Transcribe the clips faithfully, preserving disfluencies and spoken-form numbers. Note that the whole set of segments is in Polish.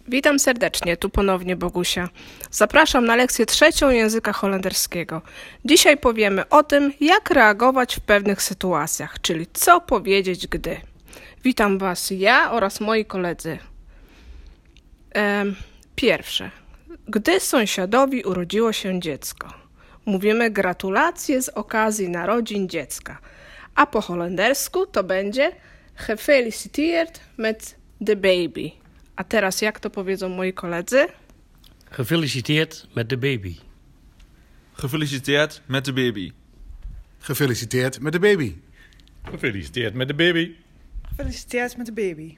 Witam serdecznie, tu ponownie Bogusia. Zapraszam na lekcję trzecią języka holenderskiego. Dzisiaj powiemy o tym, jak reagować w pewnych sytuacjach, czyli co powiedzieć gdy. Witam Was ja oraz moi koledzy. Ehm, pierwsze. Gdy sąsiadowi urodziło się dziecko. Mówimy gratulacje z okazji narodzin dziecka. A po holendersku to będzie gefeliciteerd met de baby. A teraz jak to powiedzą moi koledzy? Gefeliciteerd met de baby. Gefeliciteerd met de baby. Gefeliciteerd met de baby. Gefeliciteerd met de baby. Gefeliciteerd met de baby.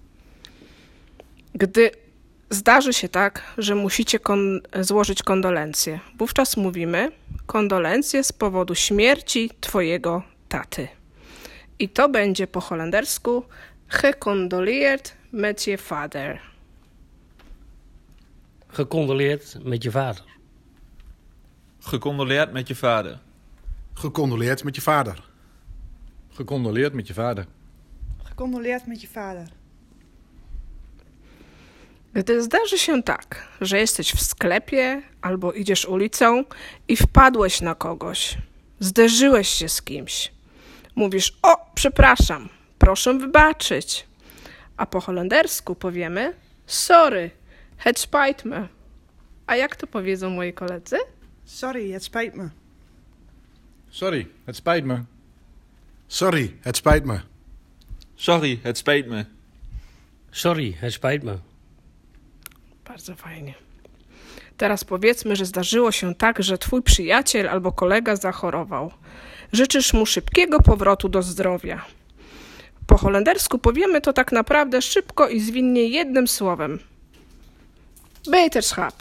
Gdy zdarzy się tak, że musicie kon- złożyć kondolencje, wówczas mówimy kondolencje z powodu śmierci twojego taty. I to będzie po holendersku gecondoleerd met je vader. Gecondoleerd met je vader. Gecondoleerd met je vader. Gecondoleerd met je vader. Gecondoleerd met je vader. Gecondoleerd met je vader. Gdy zdarzy się tak, że jesteś w sklepie albo idziesz ulicą i wpadłeś na kogoś, zderzyłeś się z kimś, mówisz: o, przepraszam, proszę wybaczyć. A po holendersku powiemy: sorry, het spijt me. A jak to powiedzą moi koledzy? Sorry, het spijt me. Sorry, het spijt me. Sorry, het spijt me. Sorry, het spijt me. Sorry, het spijt me. Bardzo fajnie. Teraz powiedzmy, że zdarzyło się tak, że twój przyjaciel albo kolega zachorował. Życzysz mu szybkiego powrotu do zdrowia. Po holendersku powiemy to tak naprawdę szybko i zwinnie jednym słowem. Beterschap.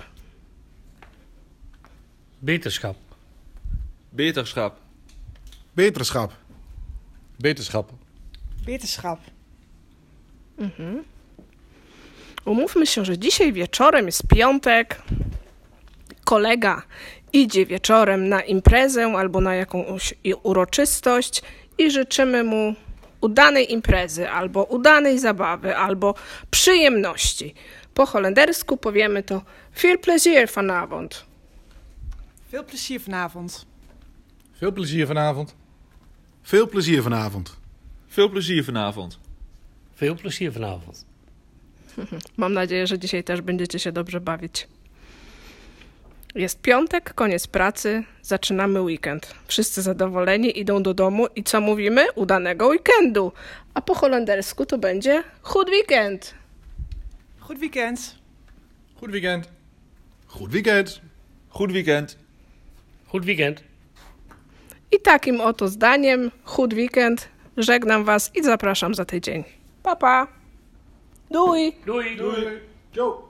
Beterschap. Beterschap. Beterschap. Beterschap. Beterschap. Mhm. Umówmy się, że dzisiaj wieczorem jest piątek. Kolega idzie wieczorem na imprezę albo na jakąś uroczystość i życzymy mu udanej imprezy, albo udanej zabawy, albo przyjemności. Po holendersku powiemy to veel plezier vanavond. Veel plezier vanavond. Veel plezier vanavond. Veel plezier vanavond. Veel plezier vanavond. Veel plezier vanavond. Mam nadzieję, że dzisiaj też będziecie się dobrze bawić. Jest piątek, koniec pracy, zaczynamy weekend. Wszyscy zadowoleni idą do domu i co mówimy? Udanego weekendu. A po holendersku to będzie goed weekend. Goed weekend. Goed weekend. Goed weekend. Goed weekend. Goed weekend. I takim oto zdaniem, goed weekend, żegnam Was i zapraszam za tydzień. Pa, pa. Doei. Doei. Doei. Ciao.